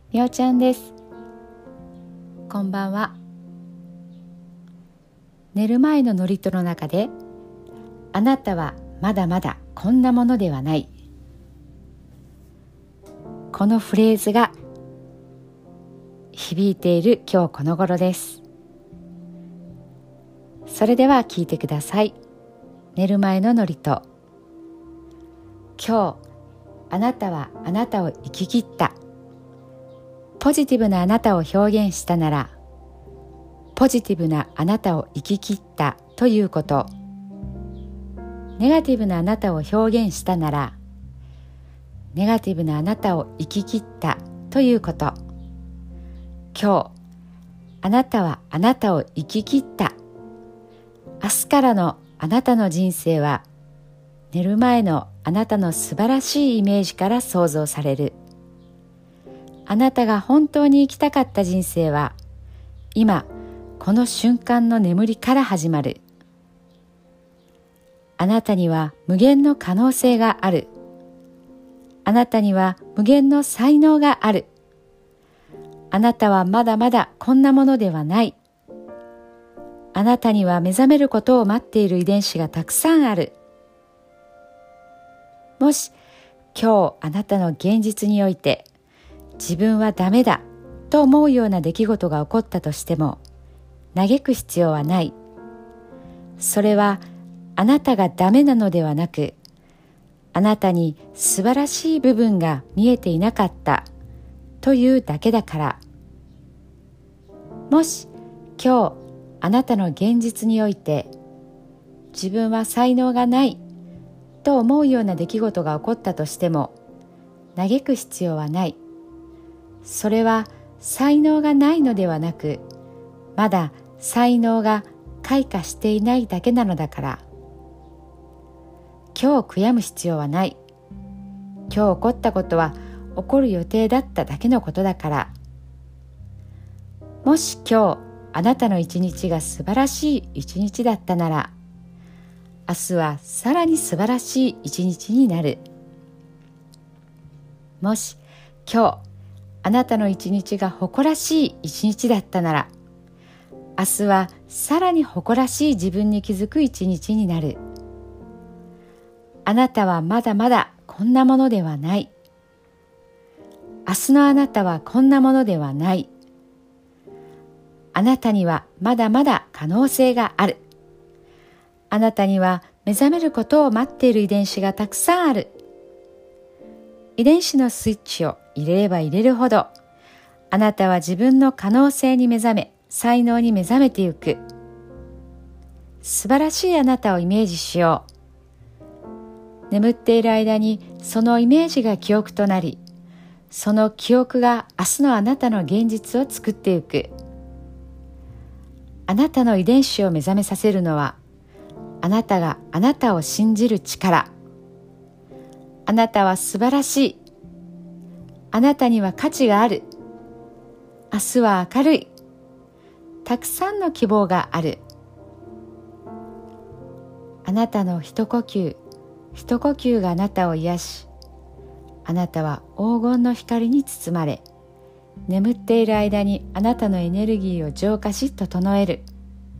みおちゃんです。こんばんは。寝る前の祝詞の中で、あなたはまだまだこんなものではない、このフレーズが響いている今日この頃です。それでは聞いてください。寝る前の祝詞。今日あなたはあなたを生き切った。ポジティブなあなたを表現したなら、ポジティブなあなたを生き切ったということ。ネガティブなあなたを表現したなら、ネガティブなあなたを生き切ったということ。今日あなたはあなたを生き切った。明日からのあなたの人生は、寝る前のあなたの素晴らしいイメージから想像される。あなたが本当に生きたかった人生は、今この瞬間の眠りから始まる。あなたには無限の可能性がある。あなたには無限の才能がある。あなたはまだまだこんなものではない。あなたには目覚めることを待っている遺伝子がたくさんある。もし今日あなたの現実において、自分はダメだと思うような出来事が起こったとしても、嘆く必要はない。それはあなたがダメなのではなく、あなたに素晴らしい部分が見えていなかったというだけだから。もし今日あなたの現実において、自分は才能がないと思うような出来事が起こったとしても、嘆く必要はない。それは才能がないのではなく、まだ才能が開花していないだけなのだから。今日悔やむ必要はない。今日起こったことは起こる予定だっただけのことだから。もし今日あなたの一日が素晴らしい一日だったなら、明日はさらに素晴らしい一日になる。もし今日あなたの一日が誇らしい一日だったなら、明日はさらに誇らしい自分に気づく一日になる。あなたはまだまだこんなものではない。明日のあなたはこんなものではない。あなたにはまだまだ可能性がある。あなたには目覚めることを待っている遺伝子がたくさんある。遺伝子のスイッチを入れれば入れるほど、あなたは自分の可能性に目覚め、才能に目覚めてゆく。素晴らしいあなたをイメージしよう。眠っている間にそのイメージが記憶となり、その記憶が明日のあなたの現実を作ってゆく。あなたの遺伝子を目覚めさせるのは、あなたがあなたを信じる力。あなたは素晴らしい。あなたには価値がある。明日は明るい。たくさんの希望がある。あなたの一呼吸、一呼吸があなたを癒し、あなたは黄金の光に包まれ、眠っている間にあなたのエネルギーを浄化し整える。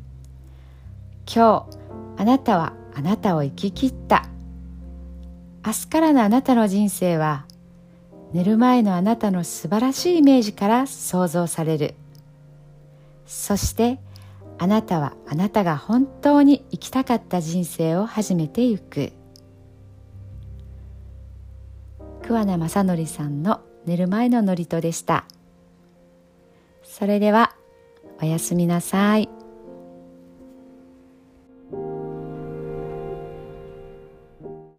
今日あなたはあなたを生き切った。明日からのあなたの人生は、寝る前のあなたの素晴らしいイメージから想像される。そしてあなたはあなたが本当に生きたかった人生を始めてゆく。桑名正則さんの寝る前の祝詞でした。それではおやすみなさい。